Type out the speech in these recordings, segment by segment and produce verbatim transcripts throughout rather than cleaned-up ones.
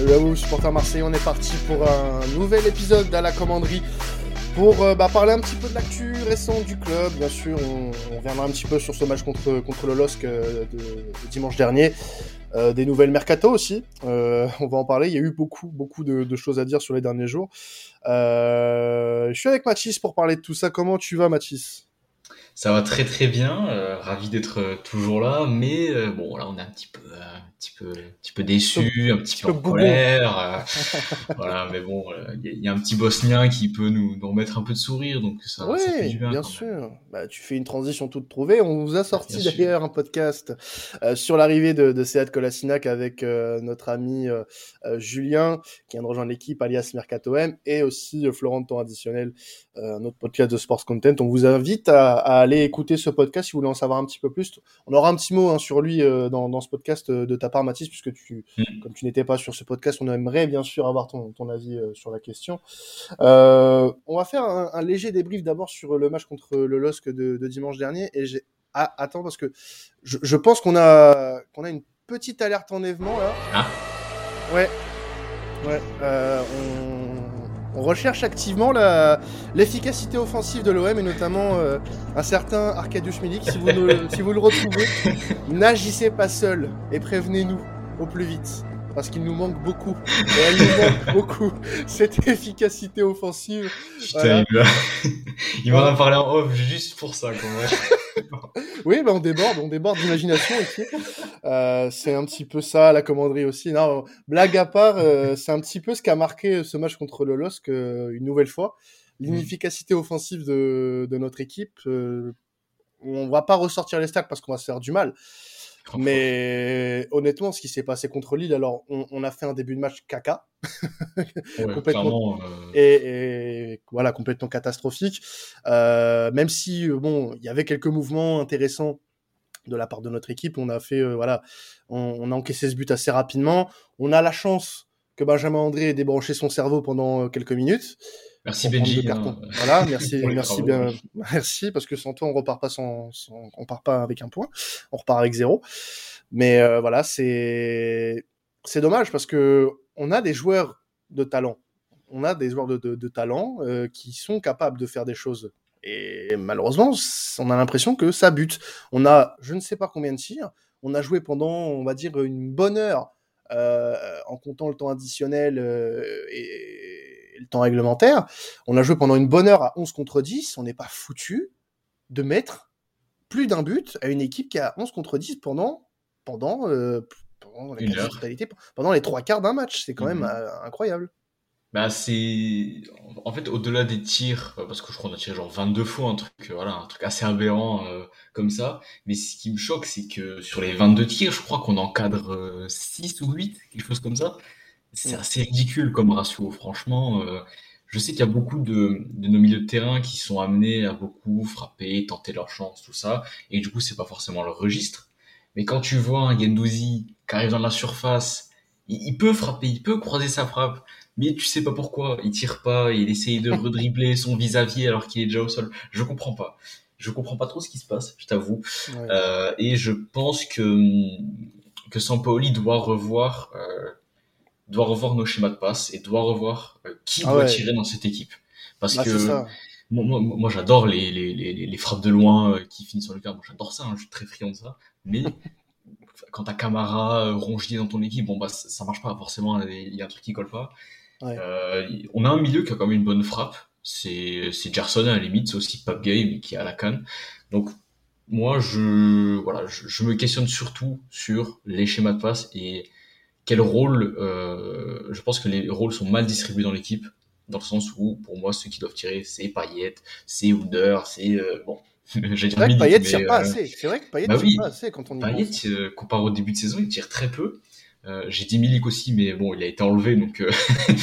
Salut à vous, supporters marseillais, on est parti pour un nouvel épisode à la commanderie pour euh, bah, parler un petit peu de l'actu récente du club. Bien sûr, on, on reviendra un petit peu sur ce match contre, contre le L O S C euh, de, de dimanche dernier. Euh, des nouvelles mercato aussi, euh, on va en parler. Il y a eu beaucoup, beaucoup de, de choses à dire sur les derniers jours. Euh, je suis avec Mathis pour parler de tout ça. Comment tu vas, Mathis ? Ça va très très bien, euh, ravi d'être euh, toujours là, mais euh, bon là on est un petit peu, euh, un petit peu, un petit peu Un petit peu, déçu, un petit petit peu peu en bougon. colère, euh, voilà. Mais bon, il euh, y, a, y a un petit Bosnien qui peut nous, nous remettre un peu de sourire, donc ça, ça fait du Oui, bien bien quand même. sûr. Bah, tu fais une transition toute trouvée. On vous a Bah, bien sorti sûr. d'ailleurs un podcast euh, sur l'arrivée de, de Sead Kolasinac avec euh, notre ami euh, euh, Julien, qui vient de rejoindre l'équipe, alias Mercato M, et aussi euh, Florent de Temps Additionnel, euh, un autre podcast de Sports Content. On vous invite à, à aller écouter ce podcast si vous voulez en savoir un petit peu plus. On aura un petit mot hein, sur lui euh, dans, dans ce podcast euh, de ta part, Mathis, puisque tu, Mm. comme tu n'étais pas sur ce podcast, on aimerait bien sûr avoir ton, ton avis euh, sur la question. Euh, on va faire un, un léger débrief d'abord sur le match contre le L O S C de, de dimanche dernier. Et j'ai ah, attends parce que je, je pense qu'on a qu'on a une petite alerte enlèvement là. Ah, Ouais, ouais. Euh, on, on recherche activement la l'efficacité offensive de l'O M et notamment euh, un certain Arkadiusz Milik. Si vous ne, si vous le retrouvez, n'agissez pas seul et prévenez-nous au plus vite. Parce qu'il nous manque beaucoup. Et elle nous manque beaucoup, cette efficacité offensive. putain, Voilà. il m'a, il m'en On- a parlé en off juste pour ça quand même. Oui, bah on déborde, on déborde d'imagination ici. Euh, c'est un petit peu ça, la commanderie aussi. Non, blague à part, euh, c'est un petit peu ce qui a marqué ce match contre le L O S C euh, une nouvelle fois. Mm. L'inefficacité offensive de, de notre équipe. Euh, on va pas ressortir les stats parce qu'on va se faire du mal. Mais honnêtement, ce qui s'est passé contre Lille, alors on, on a fait un début de match caca, Ouais, complètement clairement. Euh... et, et voilà, complètement catastrophique. Euh, même si euh, bon, il y avait quelques mouvements intéressants de la part de notre équipe, on a fait euh, voilà, on, on a encaissé ce but assez rapidement. On a la chance que Benjamin André ait débranché son cerveau pendant euh, quelques minutes. Merci Pour prendre deux Benji hein, cartons. Voilà, merci, pour les merci travaux. bien, merci, parce que sans toi, on repart pas sans, sans- on part pas avec un point, on repart avec zéro. Mais euh, voilà, c'est, c'est dommage parce que on a des joueurs de talent, on a des joueurs de, de, de talent euh, qui sont capables de faire des choses. Et malheureusement, on a l'impression que ça bute. On a, je ne sais pas combien de tirs, on a joué pendant, on va dire, une bonne heure euh, en comptant le temps additionnel euh, et, et le temps réglementaire. On a joué pendant une bonne heure à onze contre dix. On n'est pas foutu de mettre plus d'un but à une équipe qui a onze contre dix pendant, pendant, euh, pendant la Une heure. quasi-totalité, pendant les trois quarts d'un match. C'est quand même Mhm. euh, incroyable. Bah c'est en fait au-delà des tirs euh, parce que je crois qu'on a tiré genre vingt-deux fois un truc euh, voilà un truc assez aberrant euh, comme ça, mais ce qui me choque c'est que sur les vingt-deux tirs je crois qu'on encadre euh, six ou huit quelque chose comme ça. C'est Mm. assez ridicule comme ratio franchement. euh, je sais qu'il y a beaucoup de, de nos milieux de terrain qui sont amenés à beaucoup frapper, tenter leur chance, tout ça, et du coup c'est pas forcément leur registre. Mais quand tu vois un Guendouzi qui arrive dans la surface, il, il peut frapper, il peut croiser sa frappe, mais tu sais pas pourquoi, il tire pas, il essaye de redribbler son vis-à-vis alors qu'il est déjà au sol. Je comprends pas. Je comprends pas trop ce qui se passe, je t'avoue. Ouais. Euh, et je pense que que Sampaoli doit revoir euh, doit revoir nos schémas de passe et doit revoir euh, qui Ah doit ouais, tirer dans cette équipe. Parce bah c'est que ça. moi, moi, moi, j'adore les, les, les, les frappes de loin euh, qui finissent sur le cœur. Moi j'adore ça, hein, je suis très friand de ça. Mais quand t'as Camara, euh, Rongier dans ton équipe, bon bah ça, ça marche pas forcément. Il y a un truc qui colle pas. Ouais. Euh, on a un milieu qui a quand même une bonne frappe. C'est c'est Gerson à la limite, c'est aussi Pape Gay mais qui est à la canne. Donc moi je voilà, je, je me questionne surtout sur les schémas de passe et quel rôle euh, je pense que les rôles sont mal distribués dans l'équipe dans le sens où pour moi ceux qui doivent tirer c'est Payet, c'est Under, c'est euh, bon j'allais C'est dire vrai que Milik Payet mais tire pas euh, assez. C'est vrai que Payet bah tire pas oui assez quand on y Payet pense. euh, comparé au début de saison il tire très peu. Euh, j'ai dit Milik aussi mais bon il a été enlevé donc euh,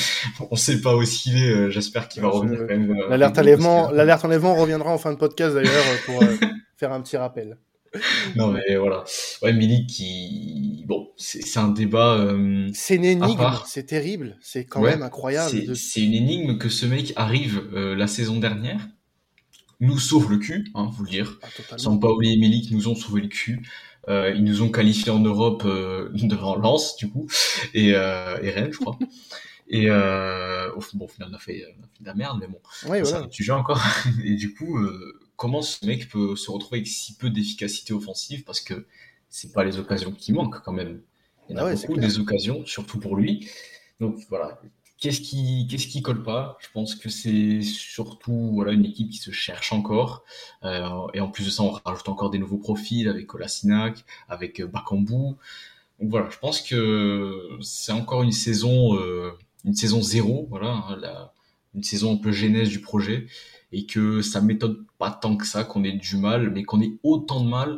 on sait pas où il est. Euh, j'espère qu'il va Euh, revenir je- quand même euh, L'alerte rapidement parce que enlèvement, l'alerte enlèvement reviendra en fin de podcast d'ailleurs euh, pour euh, faire un petit rappel. non mais voilà ouais Milik qui bon c'est c'est un débat euh, C'est une à énigme, part. c'est terrible, c'est quand Ouais, même incroyable. c'est De... c'est une énigme que ce mec arrive euh, la saison dernière, nous sauve le cul, hein, faut le dire. Ah, totalement. Sampaoli et Milik nous ont sauvé le cul. Euh, ils nous ont qualifiés en Europe euh, devant Lens, du coup, et, euh, et Rennes, je crois. Et euh, bon, au final, on a fait, on a fait de la merde, mais bon, Oui, ça c'est un voilà. autre sujet encore. Et du coup, euh, comment ce mec peut se retrouver avec si peu d'efficacité offensive? Parce que c'est pas les occasions qui manquent quand même. Il y en Ah a ouais, c'est beaucoup clair. des occasions, surtout pour lui. Donc voilà, qu'est-ce qui, qu'est-ce qui colle pas? Je pense que c'est surtout voilà une équipe qui se cherche encore. Euh, et en plus de ça, on rajoute encore des nouveaux profils avec Kolasinac, avec euh, Bakambu. Donc voilà, je pense que c'est encore une saison, euh, une saison zéro, voilà, hein, la- une saison un peu genèse du projet, et que ça m'étonne pas tant que ça qu'on ait du mal, mais qu'on ait autant de mal,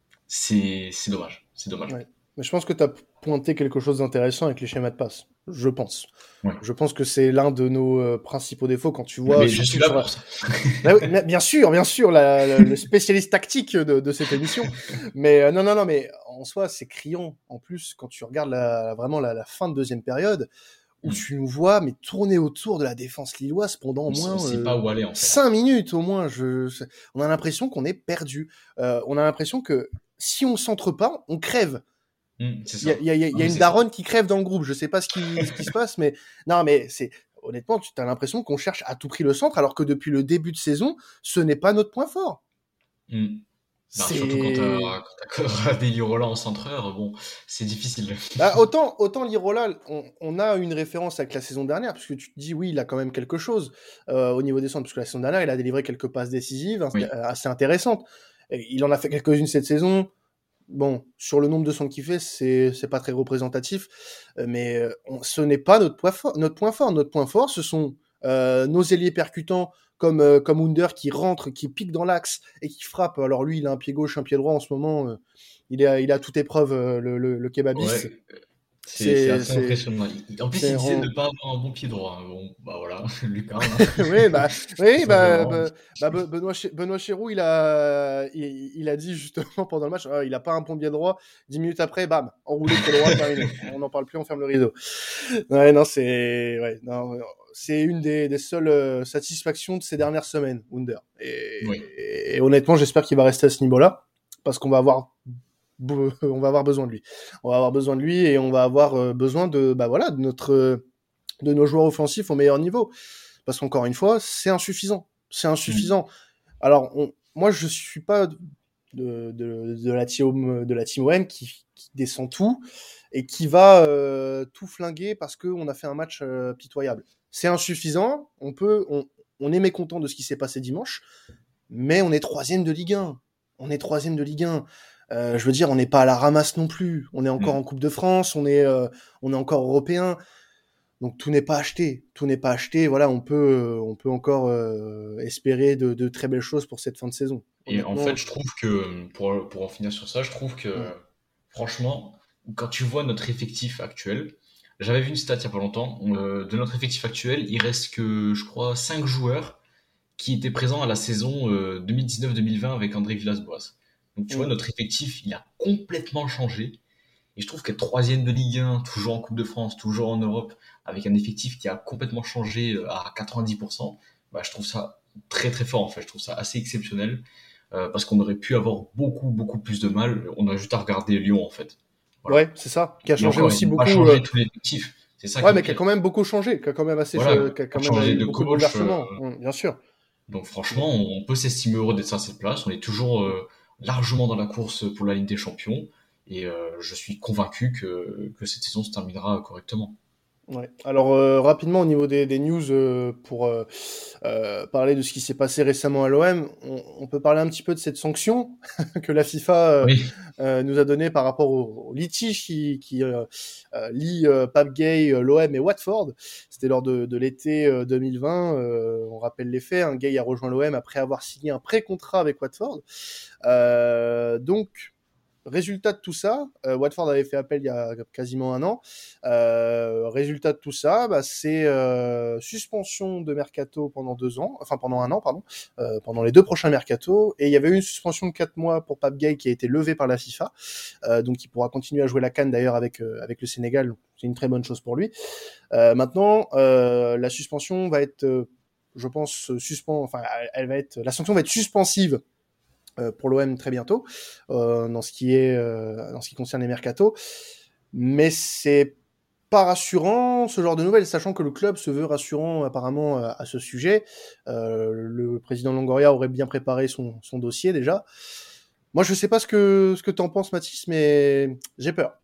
c'est c'est dommage, c'est dommage. Ouais. Mais je pense que tu as pointé quelque chose d'intéressant avec les schémas de passe. Je pense. Ouais. Je pense que c'est l'un de nos euh, principaux défauts quand tu Mais, vois, mais je suis surtout là sur la... pour ça. Bah oui, mais bien sûr, bien sûr, la- la- le spécialiste tactique de, de cette émission. Mais euh, non, non, non, mais en soi, c'est criant. En plus, quand tu regardes la, vraiment la, la fin de deuxième période, où Hmm. tu nous vois mais tourner autour de la défense lilloise pendant au On, s- on moins sait euh, pas où aller en fait. cinq minutes au moins. Je, je- on a l'impression qu'on est perdu. Euh, on a l'impression que si on centre pas, on crève. Hmm, c'est Il y a, ça. il y, a, il Non y a mais une c'est ça. daronne qui crève dans le groupe. Je sais pas ce qui, ce qui se passe, mais non, mais c'est honnêtement, tu as l'impression qu'on cherche à tout prix le centre, alors que depuis le début de saison, ce n'est pas notre point fort. Hmm. Ben, surtout quand t'as C'est quand t'as des Lirola en centreur, bon, c'est difficile. bah, autant autant Lirola, on, on a une référence avec la saison dernière, puisque tu te dis oui, il a quand même quelque chose euh, au niveau des centres, puisque la saison dernière, il a délivré quelques passes décisives hein, Oui. assez intéressantes. Et il en a fait quelques-unes cette saison. Bon, sur le nombre de centres qu'il fait, c'est c'est pas très représentatif, euh, mais euh, on- ce n'est pas notre point fort. Notre point fort, notre point fort, ce sont euh, nos ailiers percutants comme euh, comme Under qui rentre, qui pique dans l'axe et qui frappe. Alors lui, il a un pied gauche, un pied droit en ce moment. euh, il est à- il a toute épreuve euh, le, le, le kebabiste. Ouais, c'est c'est C'est assez c'est impressionnant. Il- En plus, c'est il disait on- de pas avoir un bon pied droit. Bon, bah voilà, Lucas, hein. oui, bah, oui, Tout bah, simplement. bah, bah, Be- Benoît, Ché- Benoît Chéroux, il a, il, il a dit justement pendant le match, ah, il a pas un bon pied droit. Dix minutes après, bam, enroulé pied droit, terminé. On n'en parle plus, on ferme le rideau. Ouais, non, c'est, ouais, non, c'est une des, des seules euh, satisfactions de ces dernières semaines, Wunder. Et, Oui. et- et honnêtement, j'espère qu'il va rester à ce niveau-là, parce qu'on va avoir, be- on va avoir besoin de lui. On va avoir besoin de lui et on va avoir euh, besoin de, bah voilà, de notre, euh, de nos joueurs offensifs au meilleur niveau. Parce qu'encore une fois, c'est insuffisant. C'est Mm. insuffisant. Alors, on, moi, je suis pas de, de, de, la team, de la team O M qui, qui descend tout et qui va euh, tout flinguer parce qu'on a fait un match euh, pitoyable. C'est insuffisant. On peut, on, on est mécontent de ce qui s'est passé dimanche, mais on est troisième de Ligue un. On est troisième de Ligue un. Euh, je veux dire, on n'est pas à la ramasse non plus. On est encore en Mm. Coupe de France. On est, euh, on est encore européen. Donc tout n'est pas acheté, tout n'est pas acheté. Voilà, on peut, euh, on peut encore euh, espérer de, de très belles choses pour cette fin de saison. Et en fait, Honnêtement, je trouve que, pour, pour en finir sur ça, je trouve que, mm, franchement, quand tu vois notre effectif actuel, j'avais vu une stat il y a pas longtemps, euh, de notre effectif actuel, il reste que, je crois, cinq joueurs qui étaient présents à la saison euh, deux mille dix-neuf deux mille vingt avec André Villas-Boas. Donc tu vois, mm, notre effectif, il a complètement changé. Et je trouve qu'être troisième de Ligue un, toujours en Coupe de France, toujours en Europe, avec un effectif qui a complètement changé euh, à quatre-vingt-dix pour cent, bah, je trouve ça très très fort en fait. Je trouve ça assez exceptionnel euh, parce qu'on aurait pu avoir beaucoup beaucoup plus de mal. On a juste à regarder Lyon en fait. Voilà. ouais, c'est ça, qui a Et changé encore, ils aussi n'ont pas beaucoup. Euh, changé tout l'effectif. C'est ça qui ouais, est mais qui a pire. quand même beaucoup changé, qui a quand même assez, Voilà, ch- qui a quand pas même changé eu de beaucoup de coach. euh, bouleversements, mm, bien sûr. donc Mais, franchement, on peut s'estimer heureux d'être à cette place. On est toujours euh, largement dans la course pour la Ligue des Champions. Et euh, je suis convaincu que, que cette saison se terminera correctement. ouais. Alors euh, rapidement au niveau des, des news euh, pour euh, euh, parler de ce qui s'est passé récemment à l'O M, on, on peut parler un petit peu de cette sanction que la FIFA euh, Oui, euh, nous a donnée par rapport au, au litige qui, qui euh, euh, lie euh, Pape Gay, euh, l'O M et Watford. C'était lors de, de l'été euh, deux mille vingt. Euh, on rappelle les faits. Hein, Gay a rejoint l'O M après avoir signé un pré-contrat avec Watford. Euh, donc résultat de tout ça, euh, Watford avait fait appel il y a quasiment un an. Euh, résultat de tout ça, bah, c'est euh, suspension de mercato pendant deux ans, enfin pendant un an, pardon, euh, pendant les deux prochains mercato. Et il y avait eu une suspension de quatre mois pour Pape Gay qui a été levée par la FIFA, euh, donc il pourra continuer à jouer la CAN d'ailleurs avec euh, avec le Sénégal. C'est une très bonne chose pour lui. Euh, maintenant, euh, la suspension va être, euh, je pense, suspend. Enfin, elle, elle va être, la sanction va être suspensive euh, pour l'O M très bientôt, euh, dans ce qui est, euh, dans ce qui concerne les mercatos. Mais c'est pas rassurant ce genre de nouvelles, sachant que le club se veut rassurant apparemment à, à ce sujet. Euh, le président Longoria aurait bien préparé son, son dossier déjà. Moi, je sais pas ce que ce que t'en penses, Mathis, mais j'ai peur.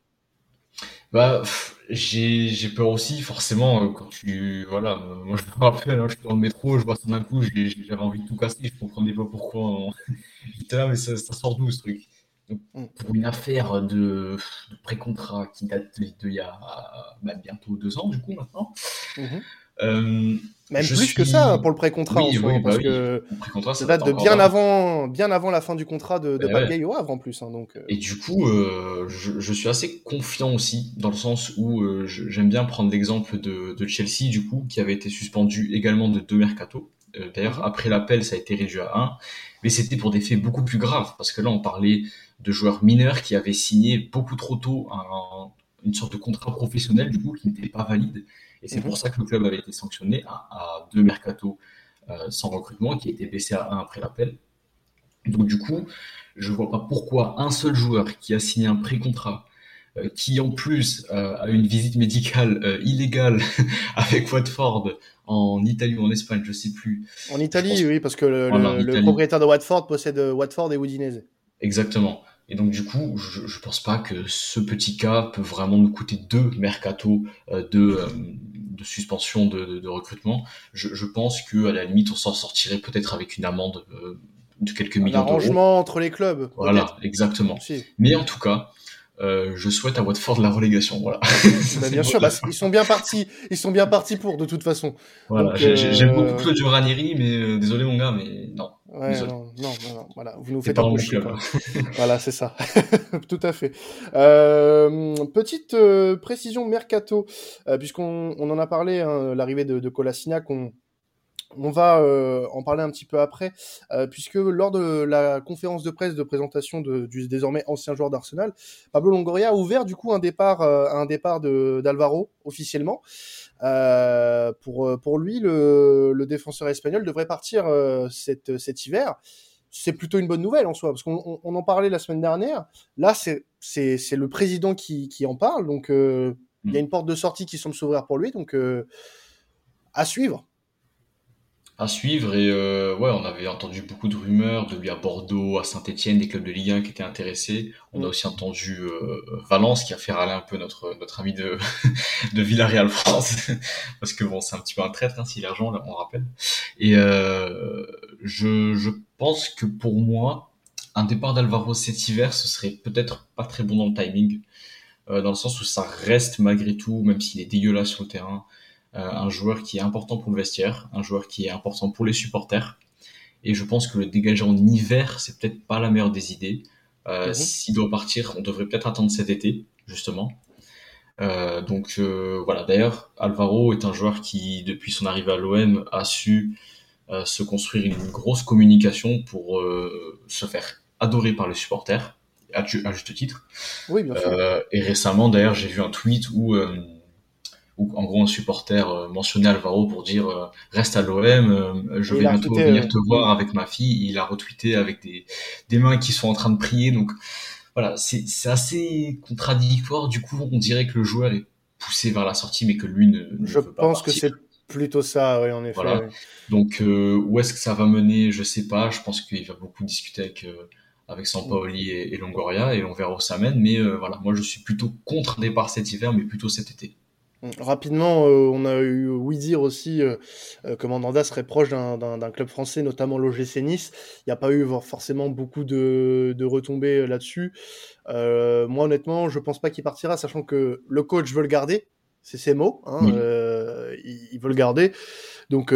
Bah, pff, j'ai j'ai peur aussi, forcément, euh, quand tu... Voilà, euh, moi je me rappelle, hein, je suis dans le métro, je vois ça d'un coup, j'ai- j'ai- j'avais envie de tout casser, je comprenais pas pourquoi. on- J'étais là, mais ça, ça sort d'où ce truc? Donc, Mm. pour une affaire de, de pré-contrat qui date de, de il y a bah, bientôt deux ans, du coup, maintenant, Mhm. euh, Même je plus que ça hein, suis... pour le pré-contrat en Oui, soi, hein, oui, bah parce oui, que le pré-contrat, ça ça date date de encore bien d'avant. avant, bien avant la fin du contrat de, de Ben Pape ouais. Gay au Havre en plus. Hein, donc, euh, Et du coup, euh, je, je suis assez confiant aussi, dans le sens où euh, je- j'aime bien prendre l'exemple de, de Chelsea, du coup, qui avait été suspendu également de deux mercatos. Euh, D'ailleurs, mhm, après l'appel, ça a été réduit à un, mais c'était pour des faits beaucoup plus graves, parce que là, on parlait de joueurs mineurs qui avaient signé beaucoup trop tôt un- une sorte de contrat professionnel, du coup, qui n'était pas valide. Et c'est mhm. pour ça que le club avait été sanctionné à, à deux mercatos euh, sans recrutement, qui a été baissé à un après l'appel. Donc du coup, je vois pas pourquoi un seul joueur qui a signé un pré-contrat, euh, qui en plus euh, a une visite médicale euh, illégale avec Watford en Italie ou en Espagne, je sais plus. En Je Italie, pense, oui, parce que le, voilà, en le, le Italie, propriétaire de Watford possède euh, Watford et Udinese. exactement. Et donc du coup, je, je pense pas que ce petit cas peut vraiment nous coûter deux mercatos euh, de, euh, de suspension de, de, de recrutement. Je, je pense que à la limite, on s'en sortirait peut-être avec une amende euh, de quelques Un millions d'euros. arrangement entre les clubs, Voilà, peut-être exactement. aussi. Mais en tout cas, euh, je souhaite à Watford la relégation. Voilà. Ça, Ben c'est le bien mot sûr, de bah, la fin. ils sont bien partis, ils sont bien partis pour de toute façon. Voilà. Donc J'ai- j'ai- J'aime beaucoup euh, Claudio Ranieri, mais euh, désolé mon gars, mais non. ouais, Désolé. non, non, non, non, voilà, vous nous T'es faites pas un dans peu mon chier club. quand même. Voilà, c'est ça. Tout à fait. Euh, petite euh, précision mercato, euh, puisqu'on on en a parlé, hein, l'arrivée de, de Kolasinac, on, on va euh, en parler un petit peu après, euh, puisque lors de la conférence de presse de présentation de, du désormais ancien joueur d'Arsenal, Pablo Longoria a ouvert du coup un départ, euh, un départ de d'Alvaro officiellement. Euh, pour pour lui, le, le défenseur espagnol devrait partir euh, cet cet hiver. C'est plutôt une bonne nouvelle en soi, parce qu'on on, on en parlait la semaine dernière. Là, c'est c'est c'est le président qui qui en parle, donc euh, il y a Hmm. une porte de sortie qui semble s'ouvrir pour lui, donc euh, à suivre. À suivre et euh, ouais, on avait entendu beaucoup de rumeurs de lui à Bordeaux, à Saint-Étienne, des clubs de Ligue un qui étaient intéressés. On a Mm. aussi entendu euh, Valence qui a fait râler un peu notre notre ami de de Villarreal France parce que bon, c'est un petit peu un traître hein, s'il est argent, là, on rappelle. Et euh, je je pense que pour moi, un départ d'Alvaro cet hiver, ce serait peut-être pas très bon dans le timing, euh, dans le sens où ça reste malgré tout, même s'il est dégueulasse sur le terrain, euh, un joueur qui est important pour le vestiaire, un joueur qui est important pour les supporters. Et je pense que le dégager en hiver, c'est peut-être pas la meilleure des idées. Euh, Mhm. s'il doit partir, on devrait peut-être attendre cet été, justement. Euh, donc euh, voilà. D'ailleurs, Alvaro est un joueur qui, depuis son arrivée à l'O M, a su euh, se construire une grosse communication pour euh, se faire adorer par les supporters, à, à juste titre. Oui, bien sûr. Euh, et récemment, d'ailleurs, j'ai vu un tweet où euh, où en gros un supporter euh, mentionnait Alvaro pour dire euh, reste à l'O M, euh, je Et il vais a bientôt retweeté. venir Euh, te mm. voir avec ma fille. Il a retweeté avec des, des mains qui sont en train de prier. Donc voilà, c'est c'est assez contradictoire. Du coup, on dirait que le joueur est poussé vers la sortie, mais que lui ne, ne Je veut pas pense que partir. c'est plutôt ça, oui, en effet. Voilà. Oui. Donc euh, où est-ce que ça va mener? Je sais pas. Je pense qu'il va beaucoup discuter avec euh, avec Mm. Sampaoli et, et Longoria et on verra où ça mène. Mais euh, voilà, moi je suis plutôt contre un départ cet hiver, mais plutôt cet été. Mm. Rapidement, euh, on a eu oui dire aussi euh, euh, que Mandanda serait proche d'un d'un- d'un club français, notamment l'O G C Nice. Il n'y a pas eu vor- forcément beaucoup de, de retombées euh, là-dessus. Euh, moi, honnêtement, je pense pas qu'il partira, sachant que le coach veut le garder. C'est ses mots. Hein, Oui. euh, il, il veut le garder. Donc,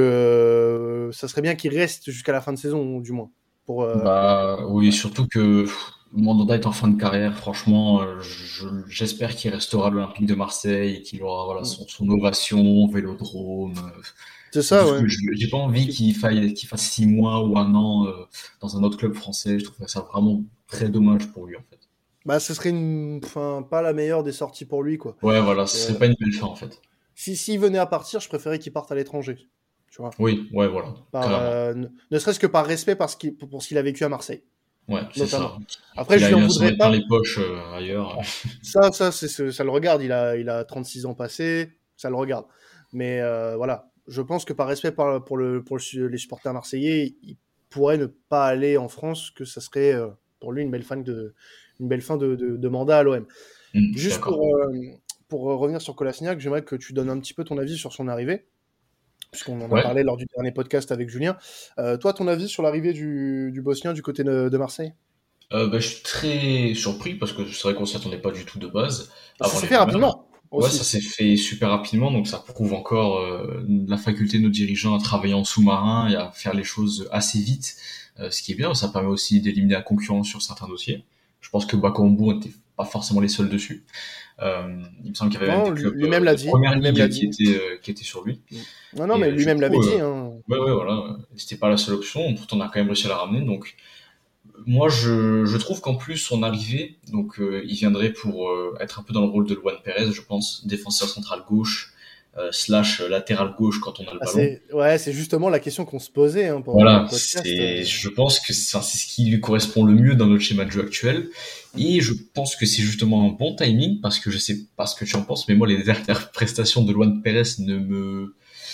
euh, ça serait bien qu'il reste jusqu'à la fin de saison, du moins. Pour, euh, Bah oui, ouais. surtout que pff, Mandanda est en fin de carrière. Franchement, euh, je- j'espère qu'il restera à l'Olympique de Marseille et qu'il aura voilà Mm. son, son ovation, Vélodrome. euh, C'est C'est tout ça, ce ouais. que je veux. J'ai pas envie qu'il faille qu'il fasse six mois ou un an euh, dans un autre club français. Je trouve ça vraiment très dommage pour lui en fait. Bah, ce serait une, enfin, pas la meilleure des sorties pour lui, quoi. Ouais, voilà, ce Euh, serait pas une belle fin en fait. si s'il venait à partir, je préférais qu'il parte à l'étranger, tu vois. Oui, ouais, voilà, Par, carrément. euh, ne, ne serait-ce que par respect parce qu'il, pour, pour ce qu'il a vécu à Marseille. Ouais, c'est notamment. ça. Après, Qu'il je a lui eu en un voudrais sommet dans pas. les poches euh, ailleurs. Ça, ça, c'est, c'est- ça le regarde. Il a, il a trente-six ans passés, ça le regarde. Mais euh, voilà, je pense que par respect par- pour, le, pour le- les supporters marseillais, il pourrait ne pas aller en France, que ça serait euh, pour lui une belle fin de, une belle fin de, de- de mandat à l'O M. Hum, je suis Juste d'accord. pour, euh, pour euh, revenir sur Kolasinac, j'aimerais que tu donnes un petit peu ton avis sur son arrivée, puisqu'on en a Ouais. parlé lors du dernier podcast avec Julien. Euh, toi, ton avis sur l'arrivée du, du Bosnien du côté de, de Marseille? Euh, bah, je suis très surpris parce que c'est vrai qu'on s'y attendait pas du tout de base Ça avant s'est les fait rumeurs. rapidement Ouais, ça aussi. s'est fait super rapidement, donc ça prouve encore euh, la faculté de nos dirigeants à travailler en sous-marin et à faire les choses assez vite, euh, ce qui est bien. Ça permet aussi d'éliminer la concurrence sur certains dossiers. Je pense que Bakambu n'était pas forcément les seuls dessus. Euh, il me semble qu'il y avait même Non, des clubs lui-même euh, l'a de dit. première Lui-même l'a ligue qui dit. étaient euh, qui étaient sur lui. Non, non, Et mais euh, du lui-même l'avait coup, dit. euh, Hein. ouais, ouais, voilà, euh, c'était pas la seule option. Pourtant, on a quand même réussi à la ramener. Donc, moi, je, je trouve qu'en plus, son arrivée, donc, euh, il viendrait pour euh, être un peu dans le rôle de Luan Perez, je pense, défenseur central gauche, euh, slash latéral gauche quand on a le Ah, ballon. c'est ouais, c'est justement la question qu'on se posait hein, pendant tout le Voilà, podcast. c'est, euh. je pense que c'est c'est ce qui lui correspond le mieux dans notre schéma de jeu actuel. Et je pense que c'est justement un bon timing parce que je sais pas ce que tu en penses, mais moi, les dernières prestations de Luan Perez ne me,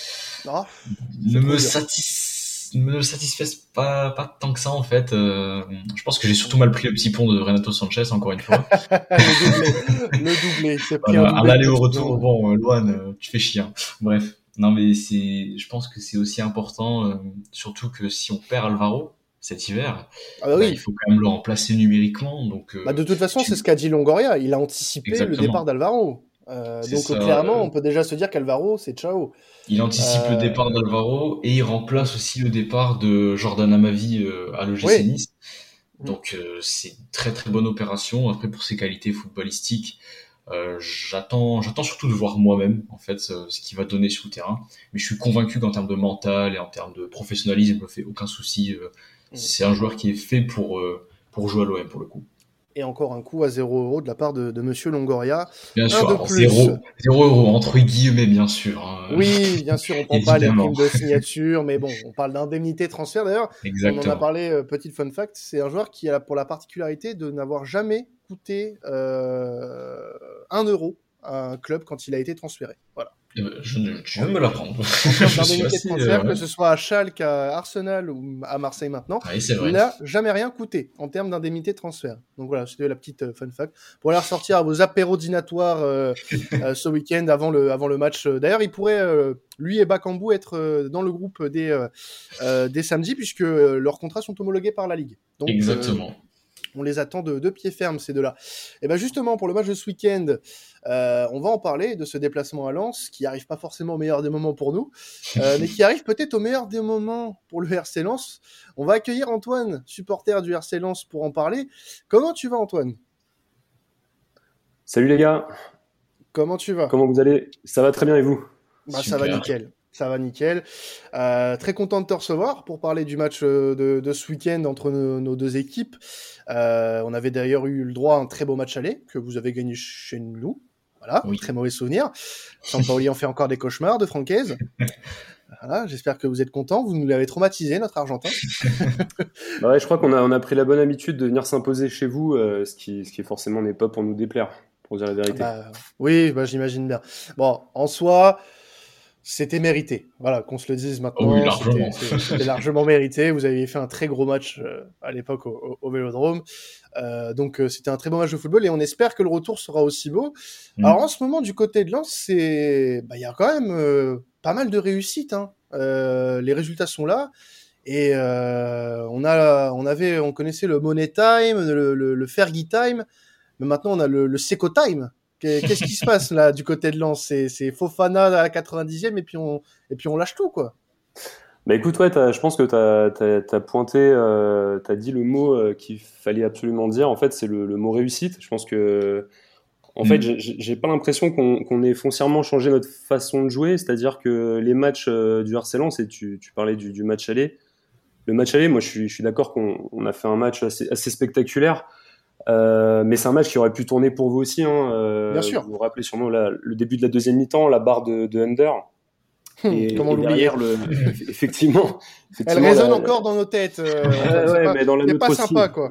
Ah, ne c'est trop me dur. satis ne me satisfaisent pas, pas tant que ça en fait. Euh, je pense que j'ai surtout Mm. mal pris le petit pont de Renato Sanchez encore une fois. Le doublé, le doublé. Il s'est pris un Voilà, à doublé de l'aller au Coutinho. retour, bon, euh, Loan, euh, tu fais chier. Hein. Bref, non mais c'est, je pense que c'est aussi important, euh, surtout que si on perd Alvaro cet hiver, Ah bah bah il oui. faut quand même le remplacer numériquement. Donc Bah, de euh, toute façon, c'est ce tu... qu'a dit Longoria. Il a anticipé le départ exactement, d'Alvaro. Euh, c'est donc euh, ça. clairement, euh, on peut déjà se dire qu'Alvaro, c'est ciao. Il anticipe le Euh, départ d'Alvaro et il mm. remplace aussi le départ de Jordan Amavi euh, à l'O G C Oui. Nice. Mm. Donc euh, c'est une très très bonne opération. Après pour ses qualités footballistiques, euh, j'attends j'attends surtout de voir moi-même en fait ce, ce qu'il va donner sur le terrain. Mais je suis convaincu qu'en termes de mental et en termes de professionnalisme, il me fait aucun souci. Euh, Mm. c'est un joueur qui est fait pour euh, pour jouer à l'O M pour le coup. Et encore un coup à zéro euro de la part de, de Monsieur Longoria. Bien Un sûr, de alors plus. zéro zéro euro entre guillemets bien sûr, hein, Oui, bien sûr, on prend pas les évidemment, primes de signature, mais bon, on parle d'indemnité de transfert. D'ailleurs, on en a exactement. parlé, euh, petit fun fact, c'est un joueur qui a pour la particularité de n'avoir jamais coûté euh, un euro à un club quand il a été transféré. Voilà. Euh, Je, ne- tu viens En, de me l'apprendre. en termes Je suis d'indemnité de assez euh, transfert, que ouais. ce soit à Schalke, à Arsenal ou à Marseille maintenant, Oui, c'est il vrai. n'a jamais rien coûté en termes d'indemnité de transfert. Donc voilà, c'était la petite euh, fun fact. Pour aller ressortir à vos apéros dînatoires euh, euh, ce week-end avant le, avant le match. D'ailleurs, il pourrait, euh, lui et Bakambu, être euh, dans le groupe des, euh, euh, des samedis, puisque euh, leurs contrats sont homologués par la Ligue. Donc, euh, Exactement. on les attend de, de pied ferme, ces deux-là. Et bien justement, pour le match de ce week-end, euh, on va en parler de ce déplacement à Lens, qui arrive pas forcément au meilleur des moments pour nous, euh, mais qui arrive peut-être au meilleur des moments pour le R C Lens. On va accueillir Antoine, supporter du R C Lens, pour en parler. Comment tu vas, Antoine? Salut les gars, Comment tu vas? comment vous allez? Ça va très bien et vous? Bah, ça va Super. nickel. Ça va nickel. Euh, très content de te recevoir pour parler du match euh, de, de ce week-end entre nos, nos deux équipes. Euh, on avait d'ailleurs eu le droit à un très beau match aller que vous avez gagné chez nous. Voilà, Oui. très mauvais souvenir. Sampaoli en fait encore des cauchemars de Francaise. Voilà, j'espère que vous êtes contents. Vous nous l'avez traumatisé, notre Argentin. Bah ouais, je crois qu'on a, on a pris la bonne habitude de venir s'imposer chez vous, euh, ce qui, ce qui forcément n'est pas pour nous déplaire, pour dire la vérité. Bah, oui, bah, j'imagine bien. Bon, en soi, c'était mérité. Voilà, qu'on se le dise Oh oui, maintenant, c'était largement. c'est- c'était largement mérité. Vous aviez fait un très gros match euh, à l'époque au, au- au Vélodrome. Euh, donc euh, c'était un très beau match de football et on espère que le retour sera aussi beau. Alors en Mm. ce moment, du côté de Lens, c'est, bah, il y a quand même euh, pas mal de réussite, hein. Euh, les résultats sont là. Et euh, on a, on avait, on connaissait le Money Time, le, le, le Fergie Time, mais maintenant on a le, le Seco Time. Qu'est- Qu'est-ce qui se passe là du côté de Lens? C'est, c'est Fofana à la quatre-vingt-dixième et puis on, et puis on lâche tout quoi. Bah écoute, ouais, t'as- je pense que t'as, t'as, t'as pointé, euh, t'as dit le mot euh, qu'il fallait absolument dire. En fait, c'est le, le mot réussite. Je pense que, en fait, Mm. j'ai j'ai- j'ai pas l'impression qu'on qu'on ait foncièrement changé notre façon de jouer. C'est-à-dire que les matchs euh, du R C Lens, et tu, tu parlais du, du match aller. Le match aller, moi, je suis, je suis d'accord qu'on on a fait un match assez, assez spectaculaire. Euh, mais c'est un match qui aurait pu tourner pour vous aussi. Hein. Bien Euh, sûr. vous vous rappelez sûrement la- le début de la deuxième mi-temps, la barre de, de Under. Hum, comment Et, et l'oublier? derrière, le, effectivement, Elle effectivement résonne la, la- encore dans nos têtes, euh, ouais, Antoine. C'est ouais, pas, mais dans la c'est nôtre pas aussi. sympa quoi.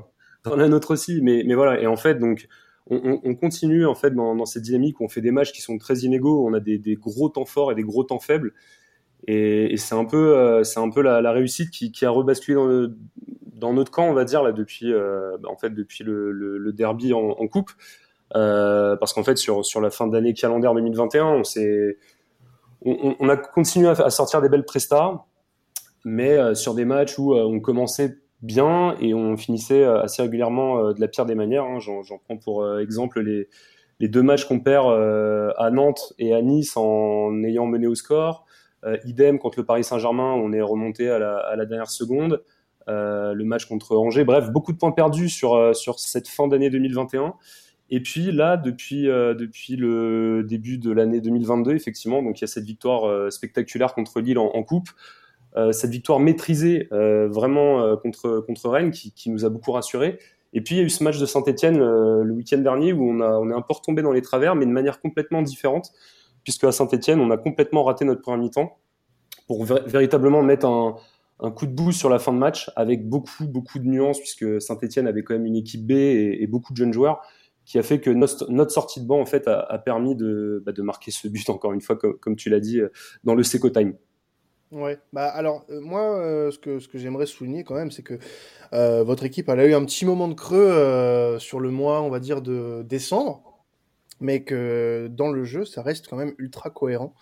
t'en as un autre aussi, mais, mais voilà. Et en fait, donc, on, on, on continue en fait dans, dans cette dynamique où on fait des matchs qui sont très inégaux. On a des, des gros temps forts et des gros temps faibles. Et, et c'est un peu, euh, c'est un peu la, la réussite qui, qui a rebasculé dans, le, dans notre camp, on va dire là depuis, euh, bah, en fait depuis le, le, le derby en, en coupe, euh, parce qu'en fait sur sur la fin d'année calendaire deux mille vingt et un, on s'est, on, on a continué à, à sortir des belles prestats, mais euh, sur des matchs où euh, on commençait bien et on finissait euh, assez régulièrement euh, de la pire des manières. Hein. J'en, j'en prends pour euh, exemple les les deux matchs qu'on perd euh, à Nantes et à Nice en ayant mené au score. Euh, idem contre le Paris Saint-Germain, on est remonté à la, à la dernière seconde. Euh, le match contre Angers, bref, beaucoup de points perdus sur euh, sur cette fin d'année deux mille vingt et un. Et puis là, depuis euh, depuis le début de l'année deux mille vingt-deux, effectivement, donc il y a cette victoire euh, spectaculaire contre Lille en, en coupe, euh, cette victoire maîtrisée euh, vraiment euh, contre contre Rennes qui, qui nous a beaucoup rassurés. Et puis il y a eu ce match de Saint-Etienne euh, le week-end dernier où on a on est un peu retombé dans les travers, mais de manière complètement différente, puisque à Saint-Etienne, on a complètement raté notre première mi-temps pour ver- véritablement mettre un, un coup de boost sur la fin de match avec beaucoup, beaucoup de nuances, puisque Saint-Etienne avait quand même une équipe B et, et beaucoup de jeunes joueurs, qui a fait que notre, notre sortie de banc en fait, a, a permis de, bah, de marquer ce but, encore une fois, comme, comme tu l'as dit, dans le Seco Time. Ouais, bah alors euh, moi euh, ce que ce que j'aimerais souligner quand même c'est que euh, votre équipe elle a eu un petit moment de creux euh, sur le mois on va dire de décembre, mais que dans le jeu ça reste quand même ultra cohérent.